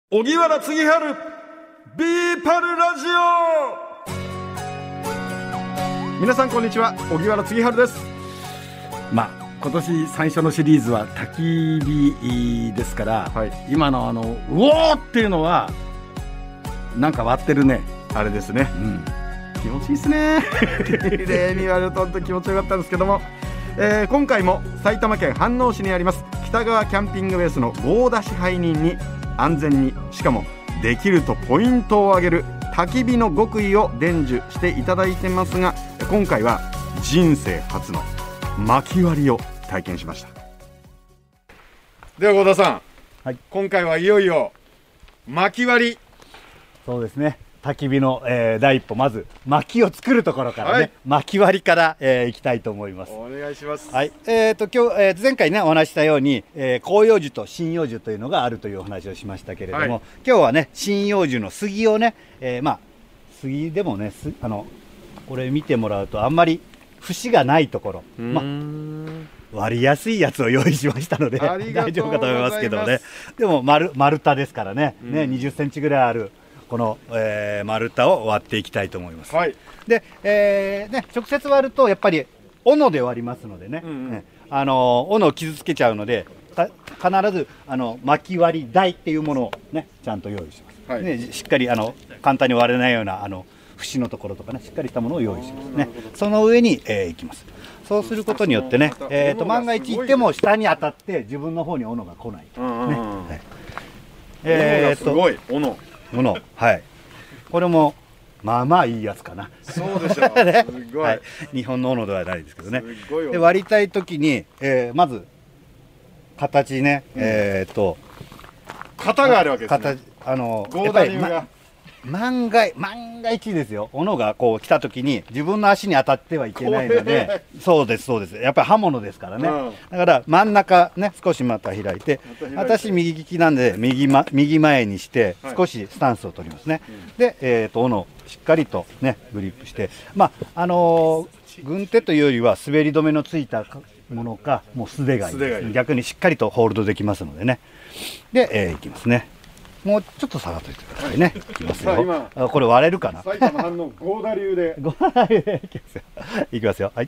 荻原次春ビーパルラジオ。皆さんこんにちは、荻原次春です。今年最初のシリーズは焚き火ですから、はい、今のうおーっていうのはなんか割ってるね、あれですね、気持ちいいですね例に言われると本当気持ちよかったんですけども、今回も埼玉県飯能市にあります北川キャンピングベースの合田支配人に安全に、しかもできるとポイントを上げる焚き火の極意を伝授していただいてますが、今回は人生初の薪割りを体験しました。では合田さん、はい、今回はいよいよ薪割り。 そうですね、焚き火の、第一歩、まず薪を作るところからね、はい、薪割りから、いきたいと思います。 お願いします。 はい、今日、前回ねお話したように、広葉樹と針葉樹というのがあるというお話をしましたけれども、はい、今日はね針葉樹の杉をね、杉でもねこれ見てもらうとあんまり節がないところ、割りやすいやつを用意しましたので大丈夫かと思いますけどね。でも丸太ですからね、20センチぐらいあるこの、丸太を割っていきたいと思います。はい、で、直接割るとやっぱり斧で割りますのでね、斧を傷つけちゃうので必ず薪割り台っていうものをねちゃんと用意します。はい、しっかり簡単に割れないような節のところとかねしっかりしたものを用意しますね。その上に、いきます。そうすることによってね、万が一いっても下に当たって自分の方に斧が来ないとね。 すごい斧、 はい、これもまあまあいいやつかな。 そうでしょうね、すごい、 はい、日本の斧ではないですけどね。で割りたいときに、まず形ね、 型があるわけですね。 やっぱり万が一ですよ、斧がこう来たときに自分の足に当たってはいけないので、そうですやっぱり刃物ですからね、だから真ん中ね少しまた開いて、私右利きなんで右前にして少しスタンスを取りますね。で、斧をしっかりとねグリップして、軍手というよりは滑り止めのついたものかもう素手がいいです。逆にしっかりとホールドできますのでね。で、いきますね。もうちょっと下がっといてくださいね。いきますよ。これ割れるかな。 埼玉藩の合田流で。 合田流でいきますよ。いきますよ。はい。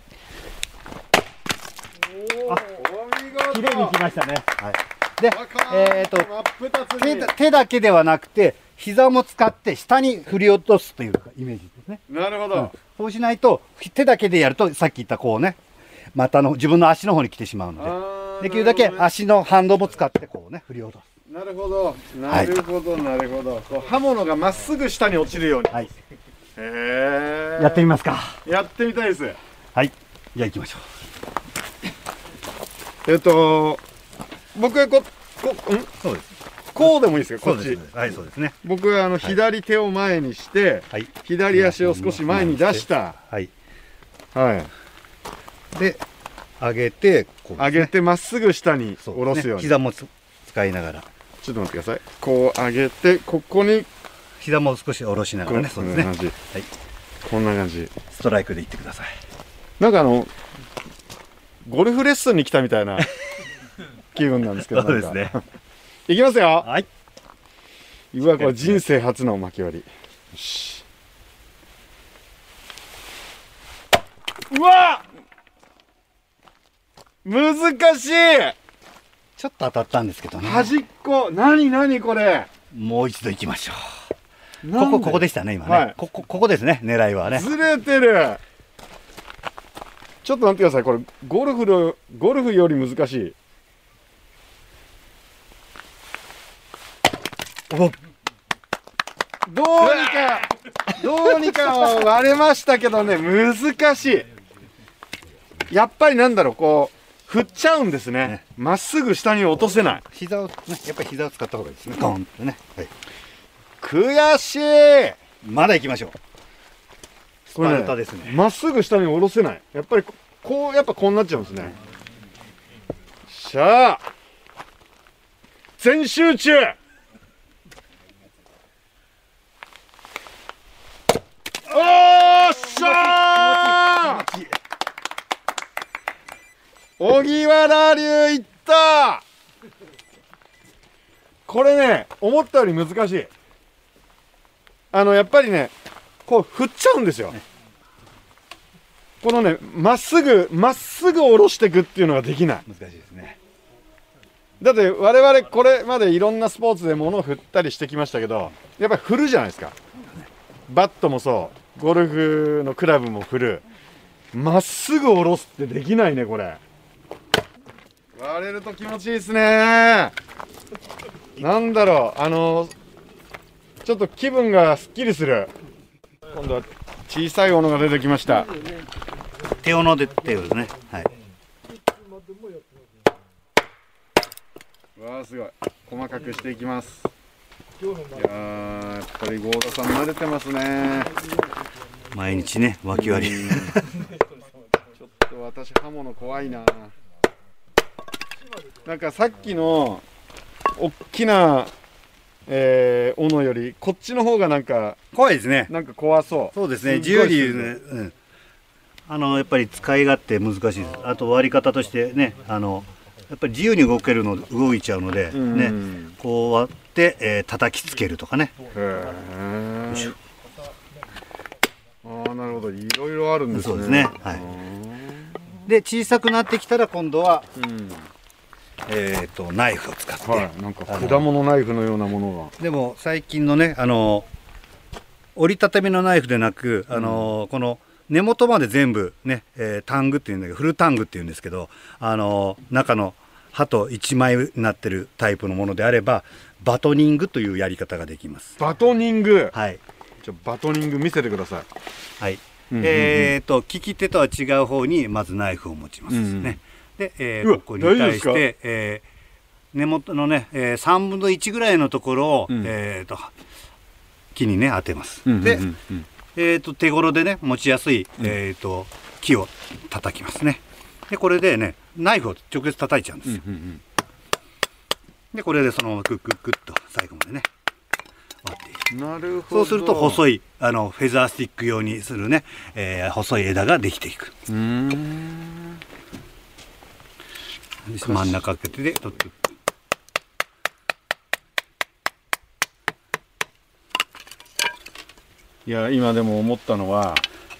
綺麗にいきましたね。はい。で、手だけではなくて膝も使って下に振り落とすというイメージですね。 なるほど。 そうしないと手だけでやるとさっき言ったこうね、自分の足の方に来てしまうので、できるだけ足の反動も使ってこうね振り落とす。 なるほど、なるほど、なるほど。刃物がまっすぐ下に落ちるように。はい。 やってみますか。 やってみたいです。 はい。じゃあ行きましょう。僕はそうです。 こうでもいいですか、こっち。 はい、そうですね。 僕は左手を前にして、左足を少し前に出した。 はい。 はい。 で、上げて、 上げてまっすぐ下に下ろすように。 膝も使いながら。 ちょっと待ってください。こう上げて、ここに膝も少し下ろしながらね。そうですね。はい。 こんな感じ。 ストライクでいってください。 なんかゴルフレッスンに来たみたいな気分なんですけど。 そうですね。 いきますよ。 はい。 うわ、これ人生初の薪割り。よし。うわ！難しい。 ちょっと当たったんですけどね。 端っこ、何これ。 もう一度行きましょう。ここでしたね、今ね。はい、ここですね、狙いはね。 ずれてる。ちょっと待ってください、これ、ゴルフより難しい。どうにか割れましたけどね、難しい。やっぱりなんだろう、こう。振っちゃうんですね。まっすぐ下に落とせない。 膝をね、やっぱり膝を使った方がいいですね。ドンってね。はい。 悔しい。 まだ行きましょう。スパルタですね。 まっすぐ下に下ろせない。やっぱりこうなっちゃうんですね。しゃあ。全集中。おーっしゃー。荻原流いった。 これね思ったより難しい。やっぱりねこう振っちゃうんですよ。このねまっすぐ下ろしていくっていうのができない。 難しいですね。 だって我々これまでいろんなスポーツで物を振ったりしてきましたけど、やっぱり振るじゃないですか。バットもそうゴルフのクラブも振る。まっすぐ下ろすってできないねこれ。割れると気持ちいいですね。なんだろうちょっと気分がすっきりする。今度は小さい斧が出てきました。 手斧で手をね。はい。 わあすごい。細かくしていきます。いやーやっぱり合田さん慣れてますね。 毎日ね脇割り。 ちょっと私刃物怖いな。なんかさっきの大きな斧よりこっちの方がなんか怖いですね。 なんか怖そう。 そうですね。自由にね、やっぱり使い勝手難しいです。あと割り方としてね、やっぱり自由に動いちゃうのでね、こう割って叩きつけるとかね。 ああなるほど、いろいろあるんですね。 そうですね。はい。で小さくなってきたら今度は、ナイフを使って、 はい、なんか果物ナイフのようなものが。 でも最近のね折りたたみのナイフでなくこの根元まで全部ね、タングっていうんだけどフルタングっていうんですけど中の刃と一枚になってるタイプのものであればバトニングというやり方ができます。 バトニング。 はい。 バトニング見せてください。 はい。利き手とは違う方にまずナイフを持ちますね。で、ここに対して、根元のね、3分の1ぐらいのところを、木にね当てます。で、手頃でね持ちやすい、木を叩きますね。でこれでねナイフを直接叩いちゃうんですよ。でこれでそのままクックックッと最後までね割っていく。 なるほど。 そうすると細いフェザースティック用にするね、細い枝ができていく。真ん中開けてで取っていく。 いや今でも思ったのは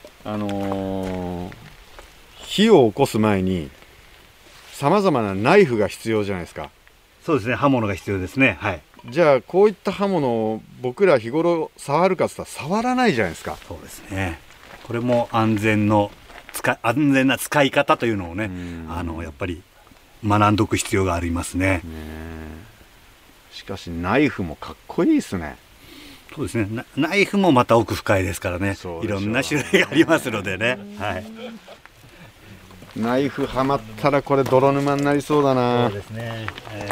火を起こす前にさまざまなナイフが必要じゃないですか。 そうですね、刃物が必要ですね。はい。 じゃあこういった刃物を僕ら日頃触るかって言ったら触らないじゃないですか。 そうですね。これも安全な使い方というのをね、やっぱり学んどく必要がありますね。 しかしナイフもかっこいいですね。 そうですね。ナイフもまた奥深いですからね。いろんな種類がありますのでね。はい。 ナイフはまったらこれ泥沼になりそうだな。 そうですね。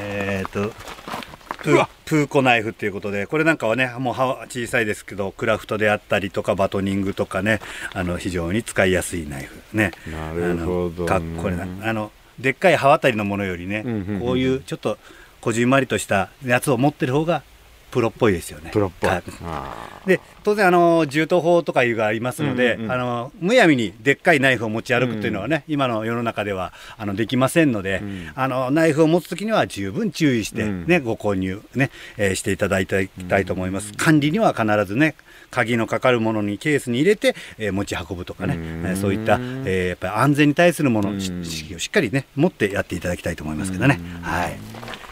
プーコナイフっていうことで、これなんかはねもう刃は小さいですけどクラフトであったりとかバトニングとかね非常に使いやすいナイフね。 なるほど、ね。 これでっかい刃渡りのものよりね、こういうちょっとこじんまりとしたやつを持ってる方がプロっぽいですよね。 プロっぽい。 で当然銃刀法とかいうがありますので、むやみにでっかいナイフを持ち歩くっていうのはね、今の世の中ではできませんので、ナイフを持つ時には十分注意してね、ご購入ね、していただきたいと思います。管理には必ずね鍵のかかるものにケースに入れて、持ち運ぶとかね、そういった、やっぱり安全に対するもの知識をしっかりね持ってやっていただきたいと思いますけどね。はい。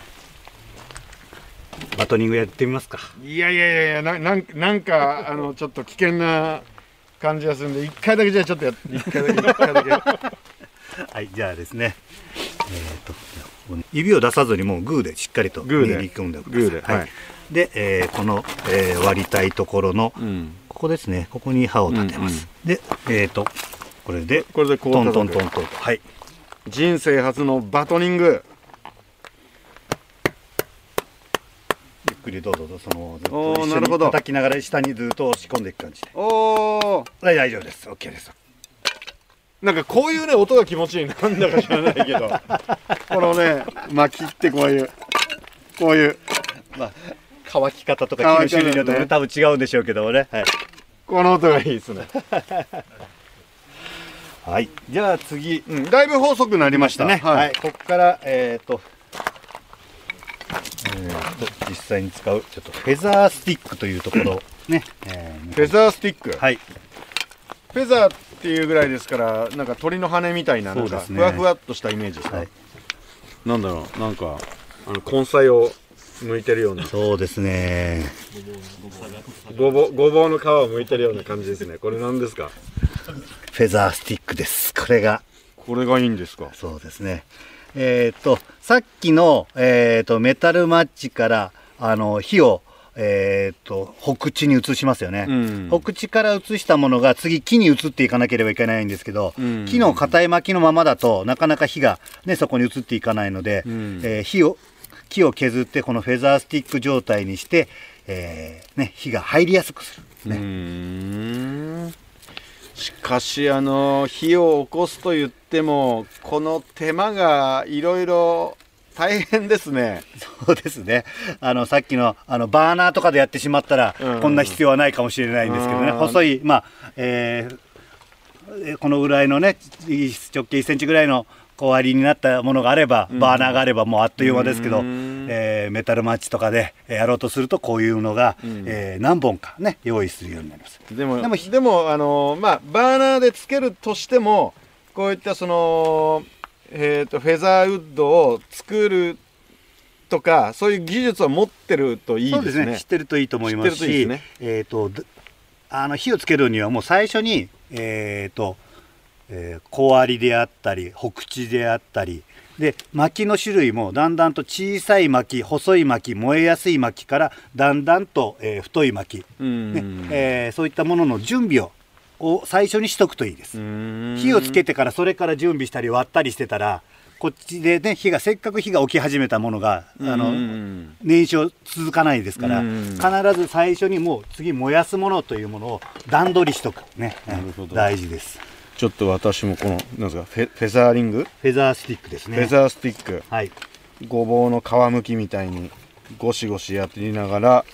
バトニングやってみますか。 いやなんかちょっと危険な感じがするんで1回だけじゃあちょっと1回だけはいじゃあですね指を出さずにもうグーでしっかりと握り込んでください。はい。で、この、割りたいところの、ここですね、ここに刃を立てます。でこれでこうトントントンと、はい。 人生初のバトニング。 ゆっくりどうぞそのずっと一緒に叩きながら下にずっと押し込んでいく感じで。大丈夫です。 OK です。 なんかこういうね音が気持ちいい。なんだか知らないけどこのね切ってこういう乾き方とか木の種類によって多分違うんでしょうけどもね。はい。 この音がいいですねはい。じゃあ次、 だいぶ細くなりましたね。 はい。ここから実際に使うちょっとフェザースティックというところね、 フェザースティック、 はい、 フェザーっていうぐらいですからなんか鳥の羽みたいな、なんかふわふわっとしたイメージですか、はい、なんだろう、なんか根菜を剥いてるような、 そうですね、 ごぼうの皮を剥いてるような感じですね。これ何ですか？ フェザースティックです。これがいいんですか？ そうですね。さっきの、メタルマッチから火を、北地に移しますよね、北地から移したものが次木に移っていかなければいけないんですけど、木の硬い薪のままだとなかなか火が、ね、そこに移っていかないので、木を削ってこのフェザースティック状態にして、ね、火が入りやすくする、ね。 しかし火を起こすと言ってもこの手間がいろいろ大変ですね。 そうですね。さっきのバーナーとかでやってしまったら、こんな必要はないかもしれないんですけどね、細い、このぐらいのね直径1センチぐらいの小割りになったものがあれば、バーナーがあればもうあっという間ですけど、メタルマッチとかでやろうとするとこういうのが、何本かね用意するようになります。でもバーナーでつけるとしてもこういったそのフェザーウッドを作るとかそういう技術を持ってるといいですね。 そうですね。知ってるといいと思いますし、火をつけるにはもう最初に小割りであったり北地であったりで薪の種類もだんだんと小さい薪、細い薪、燃えやすい薪からだんだんと、太い薪、そういったものの準備を最初にしとくといいです。火をつけてからそれから準備したり割ったりしてたらこっちでねせっかく火が起き始めたものが燃焼続かないですから必ず最初にもう次燃やすものというものを段取りしとくね、大事です。 ちょっと私もこのなんですかフェザーリング、 フェザースティックですね。 フェザースティック、 はい、 ごぼうの皮むきみたいにゴシゴシやっていながら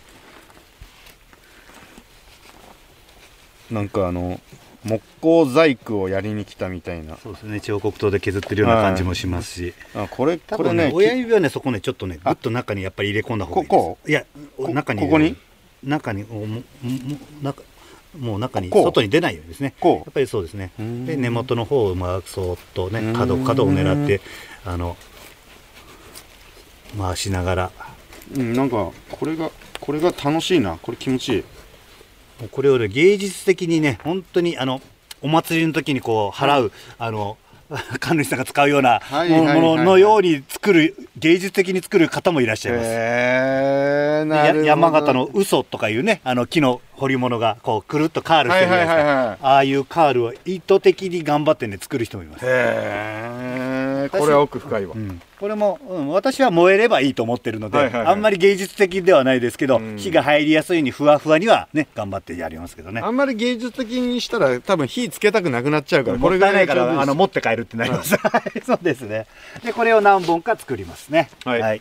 なんか木工細工をやりに来たみたいな。 そうですね。彫刻刀で削ってるような感じもしますし、 これね親指はねそこねちょっとねぐっと中にやっぱり入れ込んだ方がいいです。こういや中にここにもう中に外に出ないようにですね。やっぱりそうですね。で根元の方をうまくそーっとね角を狙って回しながら、 なんかこれが楽しいな。これ気持ちいい。 これをね芸術的にね本当にお祭りの時にこう払う神主さんが使うようなもののように芸術的に作る方もいらっしゃいます。山形の嘘とかいうね木の彫り物がこうくるっとカールしてるじゃないですか。ああいうカールを意図的に頑張ってね作る人もいます。 これは奥深いわ。 これも、私は燃えればいいと思ってるので、あんまり芸術的ではないですけど、火が入りやすいようにふわふわにはね頑張ってやりますけどね。 あんまり芸術的にしたら多分火つけたくなくなっちゃうから、 これがないから持って帰るってなります。そうですね。でこれを何本か作りますね。はい。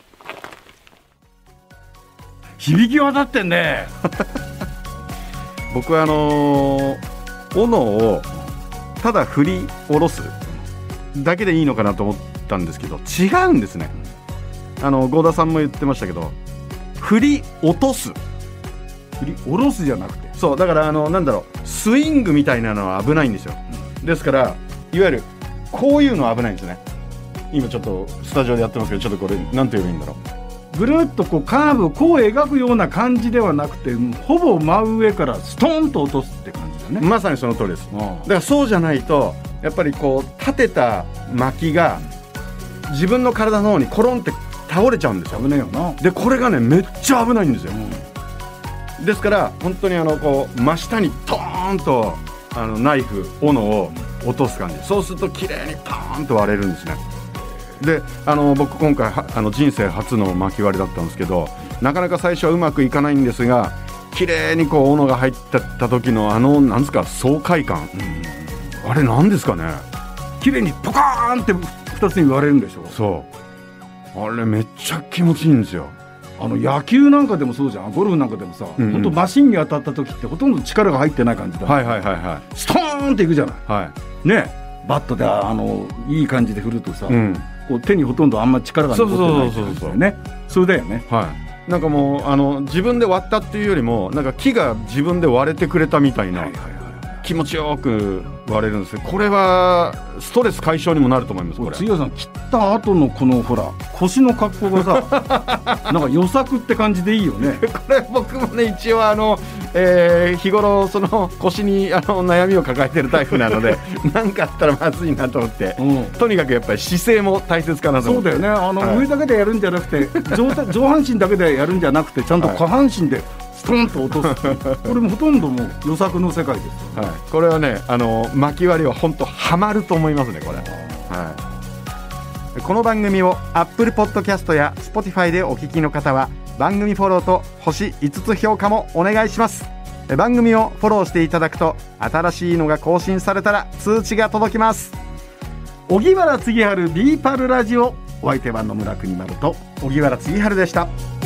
響き渡ってんね。 僕は斧をただ振り下ろすだけでいいのかなと思ったんですけど違うんですね。合田さんも言ってましたけど振り落とす、 振り下ろすじゃなくて、 そうだからなんだろうスイングみたいなのは危ないんですよ。ですからいわゆるこういうのは危ないんですね。今ちょっとスタジオでやってますけどちょっとこれなんて言えばいいんだろう。ぐるっとこうカーブをこう描くような感じではなくてほぼ真上からストーンと落とすって感じだね。 まさにその通りです。だからそうじゃないとやっぱりこう立てた薪が自分の体の方にコロンって倒れちゃうんですよ。 危ないよな。 でこれがねめっちゃ危ないんですよ。ですから本当にこう真下にトーンとナイフ斧を落とす感じ。そうすると綺麗にパーンと割れるんですね。で僕今回人生初の薪割りだったんですけどなかなか最初はうまくいかないんですが綺麗にこう斧が入ってった時のなんですか爽快感、あれなんですかね。 綺麗にポカーンって2つに割れるんでしょ。 そうあれめっちゃ気持ちいいんですよ。 野球なんかでもそうじゃん。ゴルフなんかでもさ、本当マシンに当たった時ってほとんど力が入ってない感じだ。ストーンっていくじゃない。ねバットでいい感じで振るとさ、 こう手にほとんどあんま力が残ってないって感じだよね。それだよね。 はい、なんかもう自分で割ったっていうよりもなんか木が自分で割れてくれたみたいな、気持ちよく割れるんですよ。これはストレス解消にもなると思います。これ杉谷さん切った後のこのほら腰の格好がさなんか予作って感じでいいよねこれ僕もね一応日頃その腰に悩みを抱えてるタイプなので何かあったらまずいなと思って、とにかくやっぱり姿勢も大切かなと思って。 そうだよね、上だけでやるんじゃなくて上半身だけでやるんじゃなくてちゃんと下半身でストンと落とすこれもほとんどもう予作の世界です、 これはね巻き割りは本当ハマると思いますねこれ。この番組を Apple Podcast や Spotify でお聞きの方は番組フォローと星5つ評価もお願いします。番組をフォローしていただくと新しいのが更新されたら通知が届きます。 荻原次春ビーパルラジオ、お相手は野村国丸と荻原次春でした。